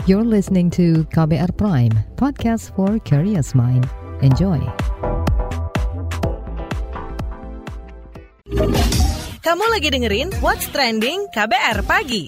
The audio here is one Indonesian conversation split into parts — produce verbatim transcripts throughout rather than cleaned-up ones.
You're listening to K B R Prime, podcast for curious mind. Enjoy. Kamu lagi dengerin What's Trending K B R Pagi.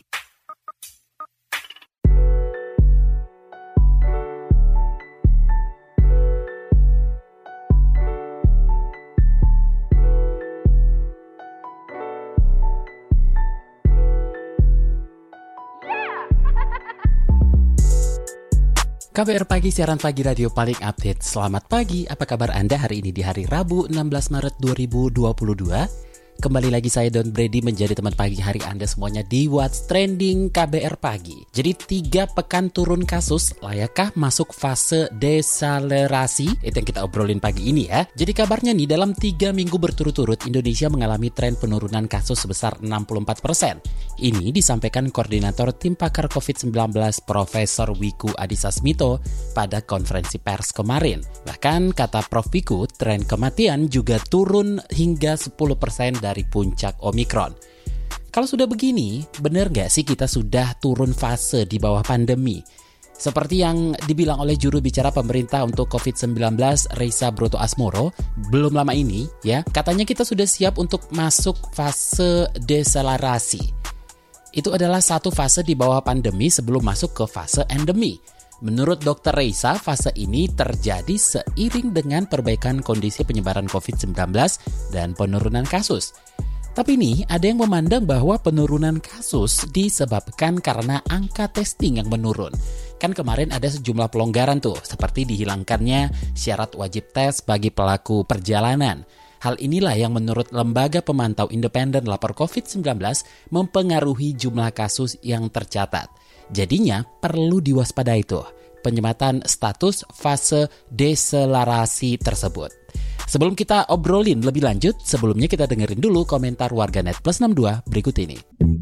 K B R Pagi, siaran pagi radio paling update. Selamat pagi, apa kabar Anda hari ini di hari Rabu enam belas Maret dua ribu dua puluh dua? Kembali lagi saya Don Brady menjadi teman pagi hari Anda semuanya di What's Trending K B R Pagi. Jadi tiga pekan turun kasus, layakkah masuk fase deselerasi? Itu yang kita obrolin pagi ini ya. Jadi kabarnya nih, dalam tiga minggu berturut-turut Indonesia mengalami tren penurunan kasus sebesar enam puluh empat persen. Ini disampaikan Koordinator Tim Pakar covid sembilan belas Profesor Wiku Adhisa Smito pada konferensi pers kemarin. Bahkan kata Prof Wiku, tren kematian juga turun hingga sepuluh persen dari puncak Omikron. Kalau sudah begini, benar nggak sih kita sudah turun fase di bawah pandemi? Seperti yang dibilang oleh juru bicara pemerintah untuk covid sembilan belas, Reysa Brotoasmoro, belum lama ini, ya, katanya kita sudah siap untuk masuk fase deselerasi. Itu adalah satu fase di bawah pandemi sebelum masuk ke fase endemi. Menurut dokter Reysa, fase ini terjadi seiring dengan perbaikan kondisi penyebaran covid sembilan belas dan penurunan kasus. Tapi nih, ada yang memandang bahwa penurunan kasus disebabkan karena angka testing yang menurun. Kan kemarin ada sejumlah pelonggaran tuh, seperti dihilangkannya syarat wajib tes bagi pelaku perjalanan. Hal inilah yang menurut Lembaga Pemantau Independen Lapor covid sembilan belas mempengaruhi jumlah kasus yang tercatat. Jadinya perlu diwaspadai tuh penyematan status fase deselerasi tersebut. Sebelum kita obrolin lebih lanjut, sebelumnya kita dengerin dulu komentar warganet plus enam dua berikut ini.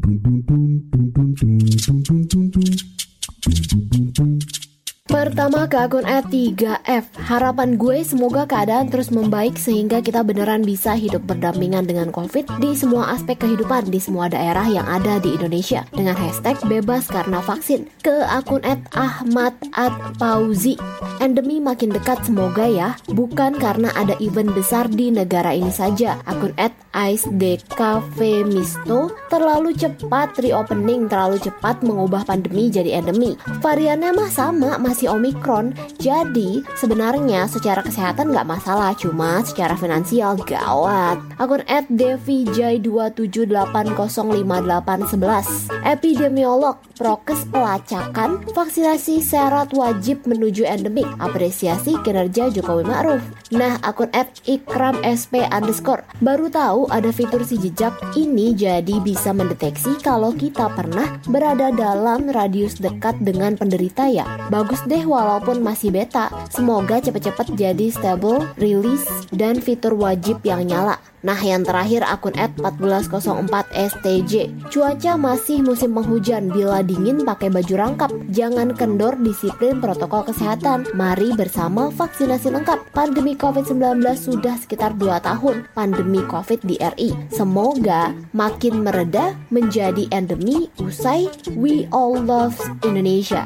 Pertama ke akun at tiga F. Harapan gue semoga keadaan terus membaik sehingga kita beneran bisa hidup berdampingan dengan COVID di semua aspek kehidupan di semua daerah yang ada di Indonesia dengan hashtag bebas karena vaksin. Ke akun at Ahmad at Pauzi. Endemi makin dekat semoga ya, bukan karena ada event besar di negara ini saja. Akun at Ice D K V Misto, terlalu cepat reopening, terlalu cepat mengubah pandemi jadi endemi. Variannya mah sama, masih Omikron. Jadi sebenarnya secara kesehatan nggak masalah, cuma secara finansial gawat. Akun at devijay dua tujuh delapan nol lima delapan satu satu. Epidemiolog, prokes pelacakan, vaksinasi syarat wajib menuju endemik. Apresiasi kinerja Jokowi Ma'ruf. Nah, akun at ikram sp underscore, baru tahu ada fitur si jejak ini, jadi bisa mendeteksi kalau kita pernah berada dalam radius dekat dengan penderita ya. Bagus deh walaupun masih beta. Semoga cepet-cepet jadi stable, rilis, dan fitur wajib yang nyala. Nah, yang terakhir akun at empat belas nol empat S T J. Cuaca masih musim penghujan, bila dingin pakai baju rangkap. Jangan kendor disiplin protokol kesehatan. Mari bersama vaksinasi lengkap. Pandemi covid sembilan belas sudah sekitar dua tahun. Pandemi COVID di R I. Semoga makin mereda menjadi endemi usai We All Love Indonesia.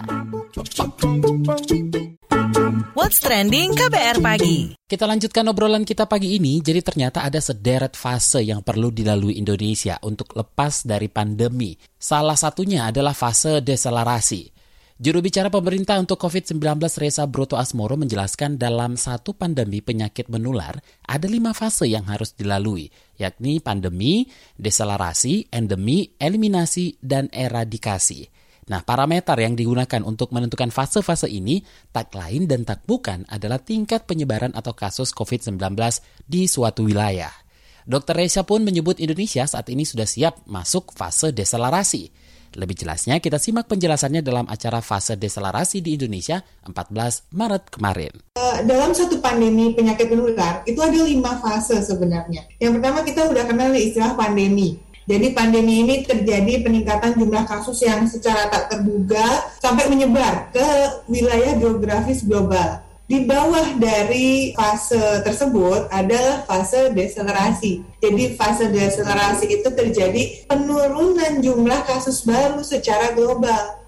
What's Trending K B R Pagi. Kita lanjutkan obrolan kita pagi ini. Jadi ternyata ada sederet fase yang perlu dilalui Indonesia untuk lepas dari pandemi. Salah satunya adalah fase deselerasi. Juru bicara pemerintah untuk covid sembilan belas Reysa Brotoasmoro menjelaskan dalam satu pandemi penyakit menular ada lima fase yang harus dilalui, yakni pandemi, deselerasi, endemi, eliminasi, dan eradikasi. Nah, parameter yang digunakan untuk menentukan fase-fase ini tak lain dan tak bukan adalah tingkat penyebaran atau kasus covid sembilan belas di suatu wilayah. dokter Reysa pun menyebut Indonesia saat ini sudah siap masuk fase deselerasi. Lebih jelasnya kita simak penjelasannya dalam acara fase deselerasi di Indonesia empat belas Maret kemarin. Uh, dalam satu pandemi penyakit menular itu ada lima fase sebenarnya. Yang pertama kita udah kenal istilah pandemi. Jadi pandemi ini terjadi peningkatan jumlah kasus yang secara tak terduga sampai menyebar ke wilayah geografis global. Di bawah dari fase tersebut adalah fase deselerasi. Jadi fase deselerasi itu terjadi penurunan jumlah kasus baru secara global.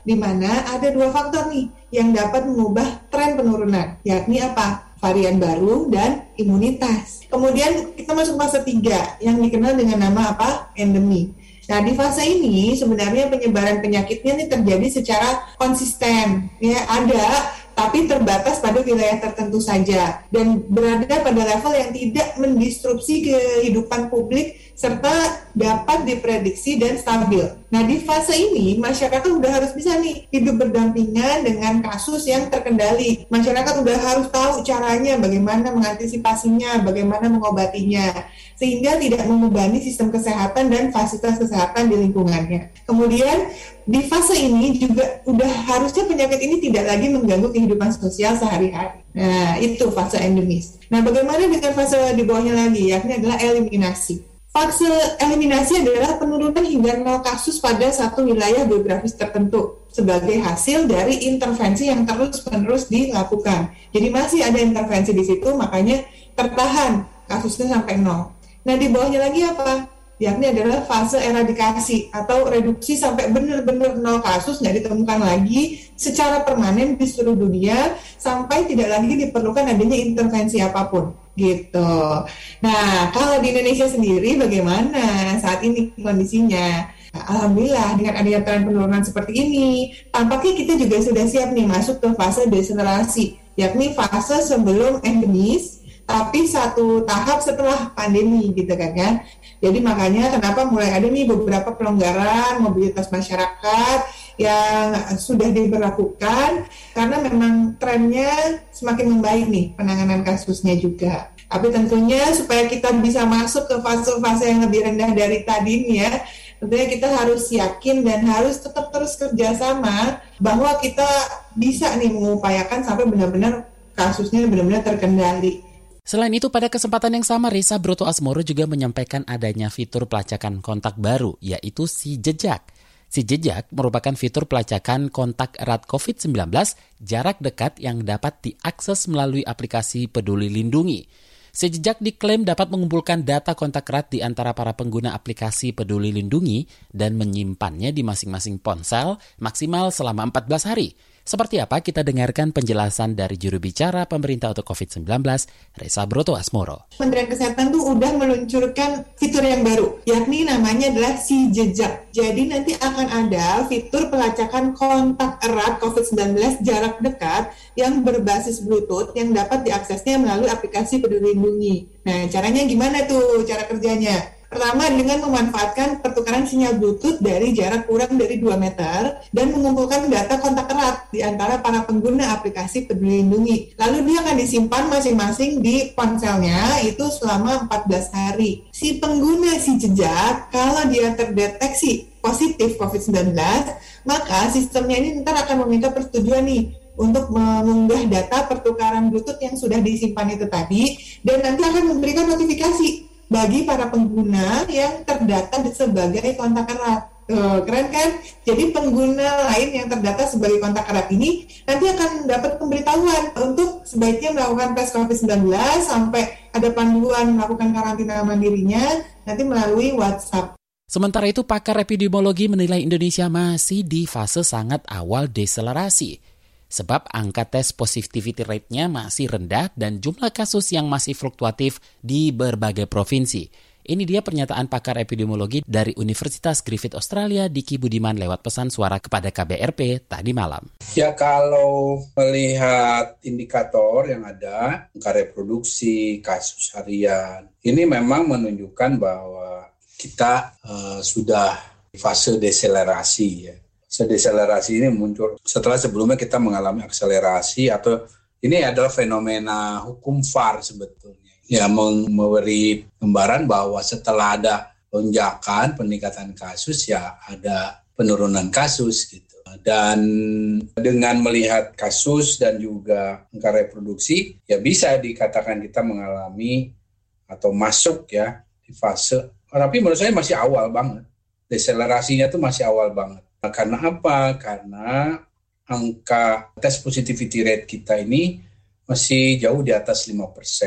di mana ada dua faktor nih yang dapat mengubah tren penurunan, yakni apa? Varian baru dan imunitas. Kemudian kita masuk fase tiga yang dikenal dengan nama apa? Endemi. Nah, di fase ini sebenarnya penyebaran penyakitnya ini terjadi secara konsisten, ya ada, tapi terbatas pada wilayah tertentu saja dan berada pada level yang tidak mendisrupsi kehidupan publik serta dapat diprediksi dan stabil. Nah, di fase ini masyarakat udah harus bisa nih hidup berdampingan dengan kasus yang terkendali. Masyarakat udah harus tahu caranya, bagaimana mengantisipasinya, bagaimana mengobatinya, sehingga tidak membebani sistem kesehatan dan fasilitas kesehatan di lingkungannya. Kemudian di fase ini juga udah harusnya penyakit ini tidak lagi mengganggu kehidupan sosial sehari-hari. Nah, itu fase endemis. Nah, bagaimana dengan fase di bawahnya lagi, yakni adalah eliminasi. Fase eliminasi adalah penurunan hingga nol kasus pada satu wilayah geografis tertentu sebagai hasil dari intervensi yang terus-menerus dilakukan. Jadi masih ada intervensi di situ, makanya tertahan kasusnya sampai nol. Nah, di bawahnya lagi apa? Yakni adalah fase eradikasi atau reduksi sampai benar-benar nol kasus, nggak ditemukan lagi secara permanen di seluruh dunia sampai tidak lagi diperlukan adanya intervensi apapun. Gitu. Nah, kalau di Indonesia sendiri bagaimana saat ini kondisinya? Nah, alhamdulillah dengan adanya tren penurunan seperti ini, tampaknya kita juga sudah siap nih masuk ke fase deselerasi, yakni fase sebelum endemis, tapi satu tahap setelah pandemi gitu kan ya. Jadi makanya kenapa mulai ada nih beberapa pelonggaran mobilitas masyarakat yang sudah diberlakukan karena memang trennya semakin membaik nih penanganan kasusnya juga. Tapi tentunya supaya kita bisa masuk ke fase-fase yang lebih rendah dari tadi nih ya, tentunya kita harus yakin dan harus tetap terus kerjasama bahwa kita bisa nih mengupayakan sampai benar-benar kasusnya benar-benar terkendali. Selain itu, pada kesempatan yang sama, Risa Broto-Asmoro juga menyampaikan adanya fitur pelacakan kontak baru, yaitu Si Jejak. Si Jejak merupakan fitur pelacakan kontak erat covid sembilan belas jarak dekat yang dapat diakses melalui aplikasi Peduli Lindungi. Si Jejak diklaim dapat mengumpulkan data kontak erat di antara para pengguna aplikasi Peduli Lindungi dan menyimpannya di masing-masing ponsel maksimal selama empat belas hari. Seperti apa? Kita dengarkan penjelasan dari juru bicara pemerintah untuk covid sembilan belas, Risa Broto-Asmoro. Kementerian Kesehatan tuh udah meluncurkan fitur yang baru, yakni namanya adalah Si Jejak. Jadi nanti akan ada fitur pelacakan kontak erat covid sembilan belas jarak dekat yang berbasis Bluetooth yang dapat diaksesnya melalui aplikasi Peduli Lindungi. Nah, caranya gimana tuh cara kerjanya? Pertama, dengan memanfaatkan pertukaran sinyal Bluetooth dari jarak kurang dari dua meter dan mengumpulkan data kontak erat di antara para pengguna aplikasi Peduli Lindungi. Lalu dia akan disimpan masing-masing di ponselnya itu selama empat belas hari. Si pengguna Si Jejak, kalau dia terdeteksi positif covid sembilan belas, maka sistemnya ini ntar akan meminta persetujuan nih untuk mengunggah data pertukaran Bluetooth yang sudah disimpan itu tadi, dan nanti akan memberikan notifikasi bagi para pengguna yang terdata sebagai kontak erat. Tuh, keren kan? Jadi pengguna lain yang terdata sebagai kontak erat ini nanti akan dapat pemberitahuan untuk sebaiknya melakukan tes covid sembilan belas sampai ada panduan melakukan karantina mandirinya nanti melalui WhatsApp. Sementara itu, pakar epidemiologi menilai Indonesia masih di fase sangat awal deselerasi. Sebab angka tes positivity rate-nya masih rendah dan jumlah kasus yang masih fluktuatif di berbagai provinsi. Ini dia pernyataan pakar epidemiologi dari Universitas Griffith Australia, Diki Budiman, lewat pesan suara kepada K B R P tadi malam. Ya, kalau melihat indikator yang ada, angka reproduksi, kasus harian, ini memang menunjukkan bahwa kita uh, sudah di fase deselerasi ya. Deselerasi ini muncul setelah sebelumnya kita mengalami akselerasi, atau ini adalah fenomena hukum V A R sebetulnya. Ya, memberi gambaran bahwa setelah ada lonjakan peningkatan kasus ya ada penurunan kasus gitu. Dan dengan melihat kasus dan juga angka reproduksi ya bisa dikatakan kita mengalami atau masuk ya di fase, tapi menurut saya masih awal banget. Deselerasinya tuh masih awal banget. Karena apa? Karena angka tes positivity rate kita ini masih jauh di atas lima persen.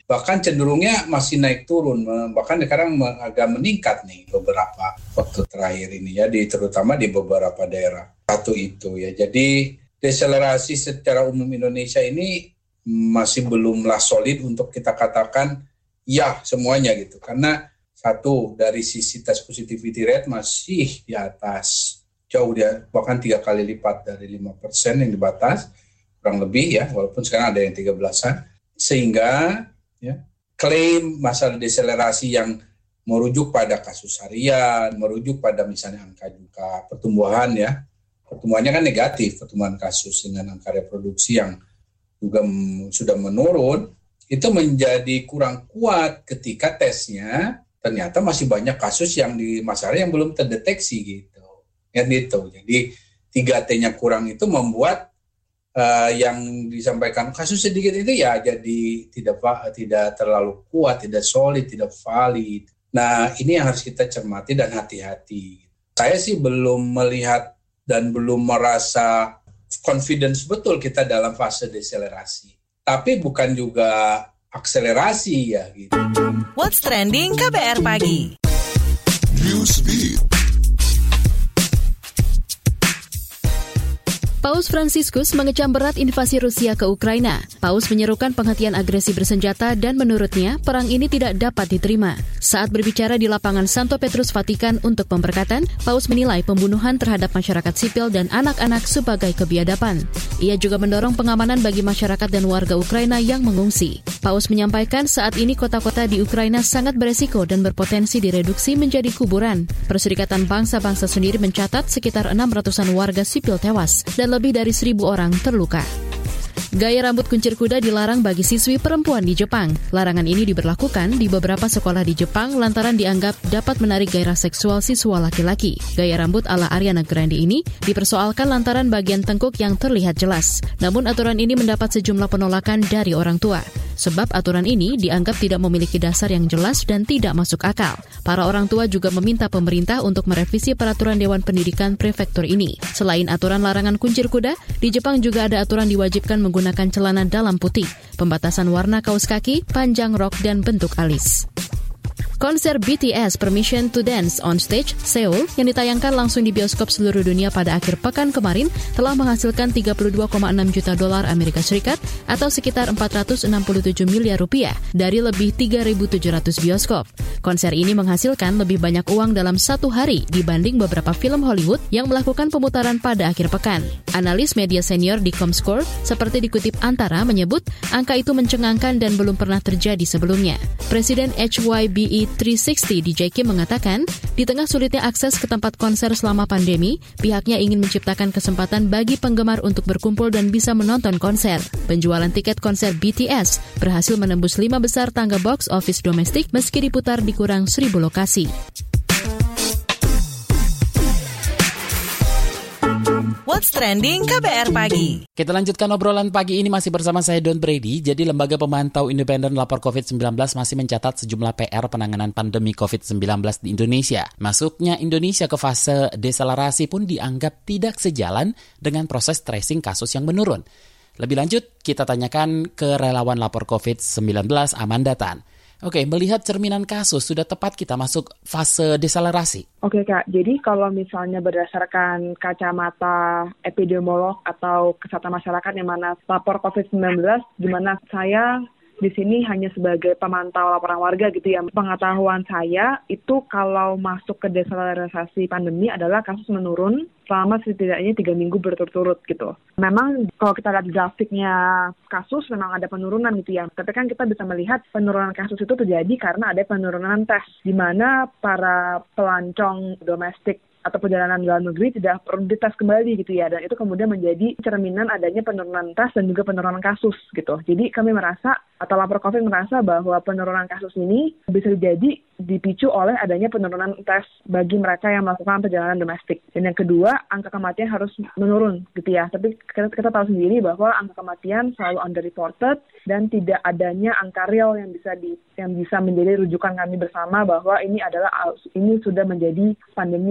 bahkan cenderungnya masih naik turun, bahkan sekarang agak meningkat nih beberapa waktu terakhir ini ya, di, terutama di beberapa daerah. Satu itu ya, jadi deselerasi secara umum Indonesia ini masih belumlah solid untuk kita katakan ya semuanya gitu, karena satu dari sisi test positivity rate masih di atas, jauh dia bahkan tiga kali lipat dari lima persen yang dibatas, kurang lebih ya, walaupun sekarang ada yang tiga belasan, sehingga ya, klaim masalah deselerasi yang merujuk pada kasus harian, merujuk pada misalnya angka juga pertumbuhan ya, pertumbuhannya kan negatif, pertumbuhan kasus dengan angka reproduksi yang juga m- sudah menurun, itu menjadi kurang kuat ketika tesnya ternyata masih banyak kasus yang di masyarakat yang belum terdeteksi gitu. Kan itu. Jadi tiga T-nya kurang itu membuat uh, yang disampaikan kasus sedikit itu ya jadi tidak tidak terlalu kuat, tidak solid, tidak valid. Nah, ini yang harus kita cermati dan hati-hati. Saya sih belum melihat dan belum merasa confidence betul kita dalam fase deselerasi. Tapi bukan juga akselerasi ya gitu. What's Trending K B R Pagi. Newsbeat. Paus Fransiskus mengecam berat invasi Rusia ke Ukraina. Paus menyerukan penghentian agresi bersenjata dan menurutnya perang ini tidak dapat diterima. Saat berbicara di lapangan Santo Petrus Vatikan untuk pemberkatan, Paus menilai pembunuhan terhadap masyarakat sipil dan anak-anak sebagai kebiadaban. Ia juga mendorong pengamanan bagi masyarakat dan warga Ukraina yang mengungsi. Paus menyampaikan saat ini kota-kota di Ukraina sangat beresiko dan berpotensi direduksi menjadi kuburan. Perserikatan Bangsa-Bangsa sendiri mencatat sekitar enam ratusan warga sipil tewas dan lebih dari seribu orang terluka. Gaya rambut kuncir kuda dilarang bagi siswi perempuan di Jepang. Larangan ini diberlakukan di beberapa sekolah di Jepang lantaran dianggap dapat menarik gairah seksual siswa laki-laki. Gaya rambut ala Ariana Grande ini dipersoalkan lantaran bagian tengkuk yang terlihat jelas. Namun aturan ini mendapat sejumlah penolakan dari orang tua. Sebab aturan ini dianggap tidak memiliki dasar yang jelas dan tidak masuk akal. Para orang tua juga meminta pemerintah untuk merevisi peraturan Dewan Pendidikan Prefektur ini. Selain aturan larangan kuncir kuda, di Jepang juga ada aturan diwajibkan menggunakan celana dalam putih, pembatasan warna kaos kaki, panjang rok, dan bentuk alis. Konser B T S Permission to Dance on Stage Seoul yang ditayangkan langsung di bioskop seluruh dunia pada akhir pekan kemarin telah menghasilkan tiga puluh dua koma enam juta dolar Amerika Serikat atau sekitar empat ratus enam puluh tujuh miliar rupiah dari lebih tiga ribu tujuh ratus bioskop. Konser ini menghasilkan lebih banyak uang dalam satu hari dibanding beberapa film Hollywood yang melakukan pemutaran pada akhir pekan. Analis media senior di Comscore seperti dikutip Antara menyebut angka itu mencengangkan dan belum pernah terjadi sebelumnya. Presiden H Y B E tiga enam nol D J Kim mengatakan, di tengah sulitnya akses ke tempat konser selama pandemi, pihaknya ingin menciptakan kesempatan bagi penggemar untuk berkumpul dan bisa menonton konser. Penjualan tiket konser B T S berhasil menembus lima besar tangga box office domestik meski diputar di kurang seribu lokasi. What's Trending K B R Pagi. Kita lanjutkan obrolan pagi ini masih bersama saya Don Brady. Jadi Lembaga Pemantau Independen Lapor covid sembilan belas masih mencatat sejumlah P R penanganan pandemi covid sembilan belas di Indonesia. Masuknya Indonesia ke fase deselerasi pun dianggap tidak sejalan dengan proses tracing kasus yang menurun. Lebih lanjut, kita tanyakan ke relawan Lapor covid sembilan belas Amanda Tan. Oke, melihat cerminan kasus, sudah tepat kita masuk fase deselerasi? Oke Kak, jadi kalau misalnya berdasarkan kacamata epidemiolog atau kesehatan masyarakat yang mana lapor covid sembilan belas, di mana saya di sini hanya sebagai pemantau laporan warga gitu ya. Pengetahuan saya itu kalau masuk ke deselerasi pandemi adalah kasus menurun selama setidaknya tiga minggu berturut-turut gitu. Memang kalau kita lihat grafiknya kasus memang ada penurunan gitu ya. Tapi kan kita bisa melihat penurunan kasus itu terjadi karena ada penurunan tes, di mana para pelancong domestik atau perjalanan dalam negeri tidak perlu dites kembali gitu ya, dan itu kemudian menjadi cerminan adanya penurunan tes dan juga penurunan kasus gitu. Jadi kami merasa atau lapor COVID merasa bahwa penurunan kasus ini bisa jadi dipicu oleh adanya penurunan tes bagi mereka yang melakukan perjalanan domestik. Dan yang kedua, angka kematian harus menurun gitu ya. Tapi kita, kita tahu sendiri bahwa angka kematian selalu underreported dan tidak adanya angka real yang bisa di, yang bisa menjadi rujukan kami bersama bahwa ini adalah ini sudah menjadi pandemi yang sudah terkendali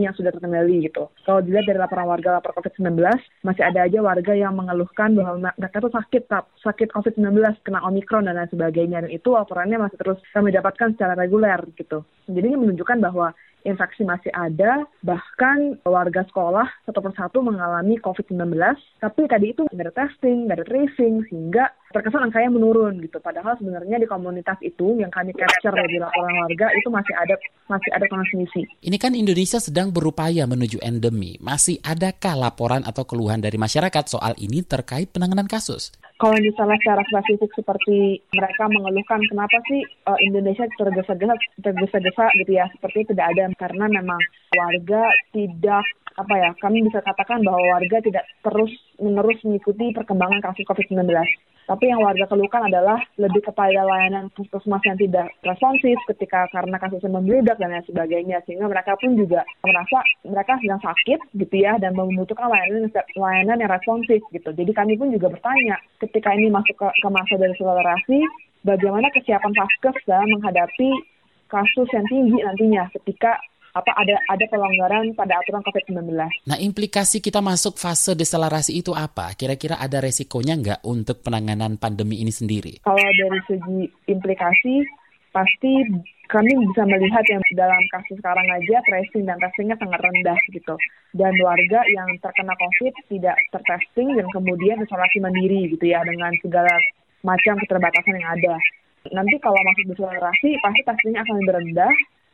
Silicon Valley gitu. Kalau dilihat dari laporan warga lapor covid sembilan belas, masih ada aja warga yang mengeluhkan bahwa mereka tuh sakit, sakit covid sembilan belas, kena Omikron dan lain sebagainya. Dan itu laporannya masih terus kami dapatkan secara reguler gitu. Jadi ini menunjukkan bahwa infeksi masih ada, bahkan warga sekolah satu persatu mengalami covid sembilan belas, tapi tadi itu nggak ada testing, nggak ada tracing, sehingga terkesan angkanya menurun gitu. Padahal sebenarnya di komunitas itu yang kami capture dari laporan warga itu masih ada masih ada transmisi. Ini kan Indonesia sedang berupaya menuju endemi. Masih adakah laporan atau keluhan dari masyarakat soal ini terkait penanganan kasus? Kalau misalnya secara spesifik seperti mereka mengeluhkan kenapa sih uh, Indonesia tergesa-gesa, tergesa-gesa gitu ya, seperti tidak ada, karena memang warga tidak, apa ya, kami bisa katakan bahwa warga tidak terus-menerus mengikuti perkembangan kasus covid sembilan belas. Tapi yang warga keluhkan adalah lebih kepada layanan puskesmas yang tidak responsif ketika karena kasusnya membludak dan lain sebagainya. Sehingga mereka pun juga merasa mereka sedang sakit gitu ya, dan membutuhkan layanan, layanan yang responsif gitu. Jadi kami pun juga bertanya, ketika ini masuk ke, ke masa deselerasi, bagaimana kesiapan Vaskes dalam menghadapi kasus yang tinggi nantinya ketika apa ada ada pelonggaran pada aturan covid sembilan belas. Nah, implikasi kita masuk fase deselerasi itu apa? Kira-kira ada resikonya nggak untuk penanganan pandemi ini sendiri? Kalau dari segi implikasi, pasti kami bisa melihat yang dalam kasus sekarang aja tracing dan testingnya sangat rendah gitu. Dan warga yang terkena COVID tidak tertesting dan kemudian isolasi mandiri gitu ya, dengan segala macam keterbatasan yang ada. Nanti kalau masuk deselerasi, pasti testingnya akan lebih rendah,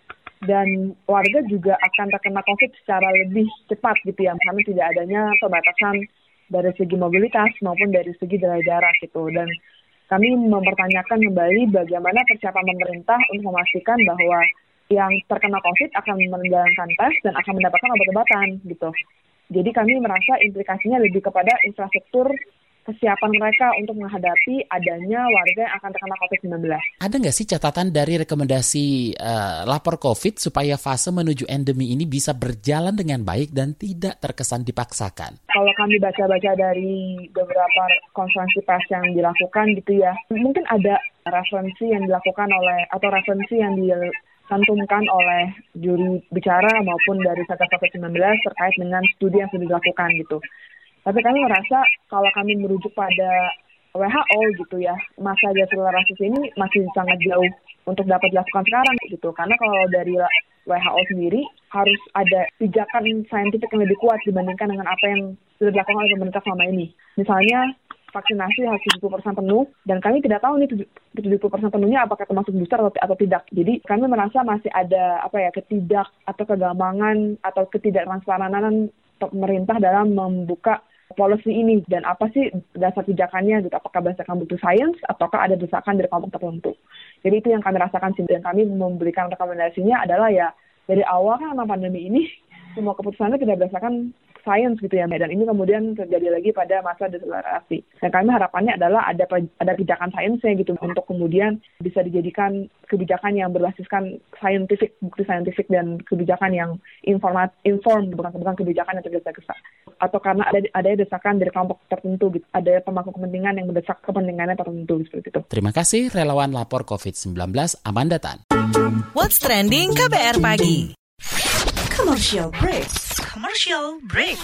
dan warga juga akan terkena COVID secara lebih cepat gitu ya, karena tidak adanya pembatasan dari segi mobilitas maupun dari segi daerah-daerah gitu. Dan kami mempertanyakan kembali bagaimana persiapan pemerintah untuk memastikan bahwa yang terkena COVID akan menjalankan tes dan akan mendapatkan obat-obatan gitu. Jadi kami merasa implikasinya lebih kepada infrastruktur kesiapan mereka untuk menghadapi adanya warga yang akan terkena covid sembilan belas. Ada nggak sih catatan dari rekomendasi uh, lapor COVID supaya fase menuju endemi ini bisa berjalan dengan baik dan tidak terkesan dipaksakan? Kalau kami baca-baca dari beberapa konferensi pers yang dilakukan gitu ya, mungkin ada referensi yang dilakukan oleh, atau referensi yang dicantumkan oleh juri bicara maupun dari Satgas covid sembilan belas terkait dengan studi yang sudah dilakukan gitu. Tapi kami merasa kalau kami merujuk pada W H O gitu ya, masa deselerasi ini masih sangat jauh untuk dapat dilakukan sekarang gitu. Karena kalau dari W H O sendiri harus ada pijakan saintifik yang lebih kuat dibandingkan dengan apa yang sudah dilakukan oleh pemerintah selama ini. Misalnya vaksinasi harus tujuh puluh persen penuh, dan kami tidak tahu nih tujuh puluh persen penuhnya apakah termasuk booster atau, atau tidak. Jadi kami merasa masih ada apa ya ketidak atau kegambangan atau ketidaktransparan pemerintah dalam membuka policy ini, dan apa sih dasar pijakannya gitu, apakah berdasarkan bukti sains ataukah ada desakan dari kelompok tertentu. Jadi itu yang kami rasakan sih, dan kami memberikan rekomendasinya adalah ya dari awal kan memang pandemi ini semua keputusannya tidak berdasarkan sains gitu ya, dan ini kemudian terjadi lagi pada masa deselerasi. Dan kami harapannya adalah ada ada pijakan sainsnya gitu untuk kemudian bisa dijadikan kebijakan yang berbasiskan saintifik, bukti saintifik, dan kebijakan yang informat, inform, bukan bukan kebijakan yang tergesa-gesa. Atau karena ada ada desakan dari kelompok tertentu gitu, ada pemangku kepentingan yang mendesak kepentingannya tertentu seperti itu. Terima kasih relawan lapor covid sembilan belas Amanda Tan. What's trending K B R pagi? Commercial break. Commercial break.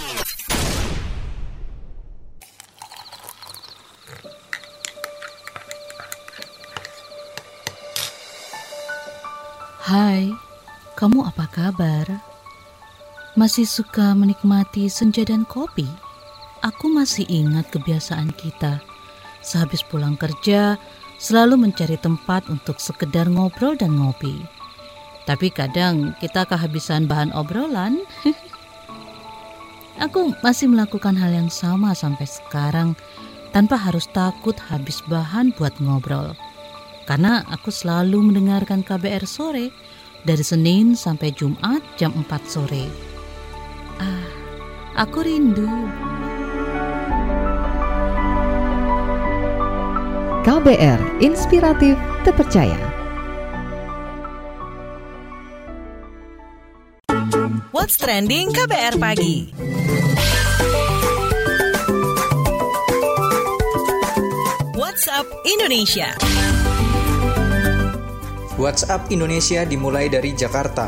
Hai, kamu apa kabar? Masih suka menikmati senja dan kopi? Aku masih ingat kebiasaan kita. Sehabis pulang kerja, selalu mencari tempat untuk sekedar ngobrol dan ngopi. Tapi kadang kita kehabisan bahan obrolan. Aku masih melakukan hal yang sama sampai sekarang tanpa harus takut habis bahan buat ngobrol. Karena aku selalu mendengarkan K B R Sore dari Senin sampai Jumat jam empat sore. Ah, aku rindu. K B R Inspiratif Terpercaya. What's trending K B R pagi? WhatsApp Indonesia. WhatsApp Indonesia dimulai dari Jakarta.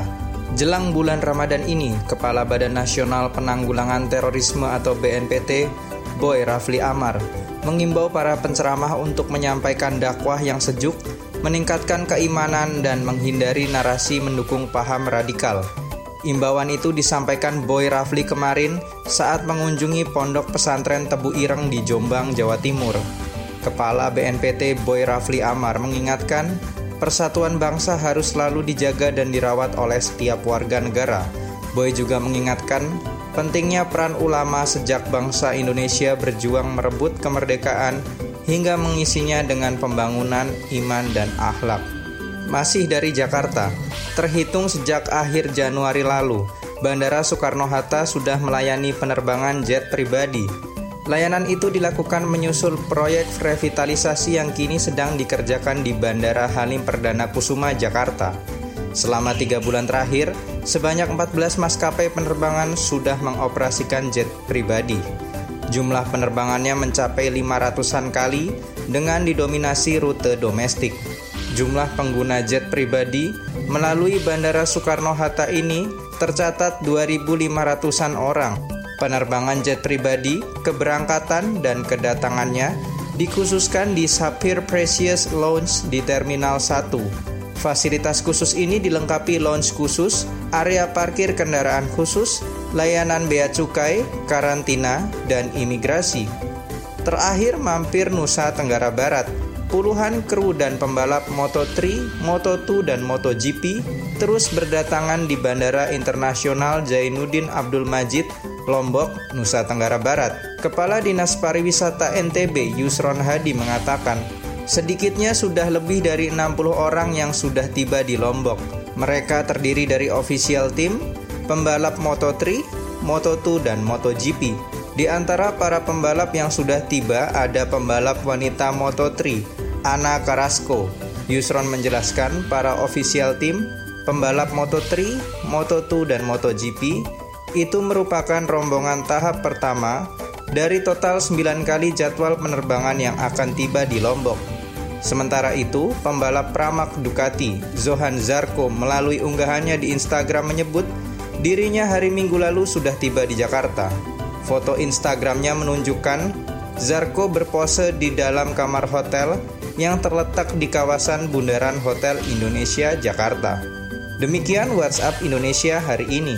Jelang bulan Ramadan ini, Kepala Badan Nasional Penanggulangan Terorisme atau B N P T, Boy Rafli Amar, mengimbau para penceramah untuk menyampaikan dakwah yang sejuk, meningkatkan keimanan dan menghindari narasi mendukung paham radikal. Imbauan itu disampaikan Boy Rafli kemarin saat mengunjungi Pondok Pesantren Tebu Ireng di Jombang, Jawa Timur. Kepala B N P T Boy Rafli Amar mengingatkan, persatuan bangsa harus selalu dijaga dan dirawat oleh setiap warga negara. Boy juga mengingatkan pentingnya peran ulama sejak bangsa Indonesia berjuang merebut kemerdekaan hingga mengisinya dengan pembangunan iman dan akhlak. Masih dari Jakarta, terhitung sejak akhir Januari lalu, Bandara Soekarno-Hatta sudah melayani penerbangan jet pribadi. Layanan itu dilakukan menyusul proyek revitalisasi yang kini sedang dikerjakan di Bandara Halim Perdana Kusuma, Jakarta. Selama tiga bulan terakhir, sebanyak empat belas maskapai penerbangan sudah mengoperasikan jet pribadi. Jumlah penerbangannya mencapai lima ratusan kali dengan didominasi rute domestik. Jumlah pengguna jet pribadi melalui Bandara Soekarno-Hatta ini tercatat dua ribu lima ratusan orang. Penerbangan jet pribadi, keberangkatan dan kedatangannya dikhususkan di Sapphire Precious Lounge di Terminal satu. Fasilitas khusus ini dilengkapi lounge khusus, area parkir kendaraan khusus, layanan bea cukai, karantina, dan imigrasi. Terakhir mampir Nusa Tenggara Barat. Puluhan kru dan pembalap Moto tiga, Moto dua, dan MotoGP terus berdatangan di Bandara Internasional Zainuddin Abdul Majid, Lombok, Nusa Tenggara Barat. Kepala Dinas Pariwisata N T B Yusron Hadi mengatakan, sedikitnya sudah lebih dari enam puluh orang yang sudah tiba di Lombok. Mereka terdiri dari official team, pembalap Moto tiga, Moto dua, dan MotoGP. Di antara para pembalap yang sudah tiba ada pembalap wanita Moto tiga, Ana Carrasco. Yusron menjelaskan para official team, pembalap Moto tiga, Moto dua, dan MotoGP itu merupakan rombongan tahap pertama dari total sembilan kali jadwal penerbangan yang akan tiba di Lombok. Sementara itu, pembalap Pramac Ducati, Zohan Zarco, melalui unggahannya di Instagram menyebut dirinya hari Minggu lalu sudah tiba di Jakarta. Foto Instagramnya menunjukkan Zarco berpose di dalam kamar hotel yang terletak di kawasan Bundaran Hotel Indonesia, Jakarta. Demikian WhatsApp Indonesia hari ini.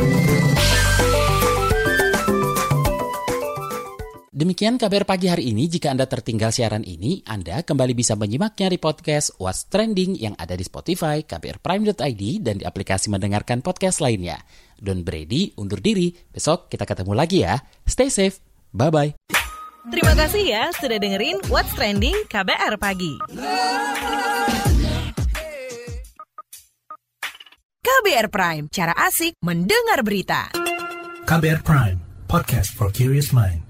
Demikian kabar pagi hari ini. Jika Anda tertinggal siaran ini, Anda kembali bisa menyimaknya di podcast What's Trending yang ada di Spotify, k b r prime dot i d, dan di aplikasi mendengarkan podcast lainnya. Don Brady undur diri. Besok kita ketemu lagi ya. Stay safe. Bye-bye. Terima kasih ya sudah dengerin What's Trending K B R Pagi. K B R Prime, cara asik mendengar berita. K B R Prime, podcast for curious mind.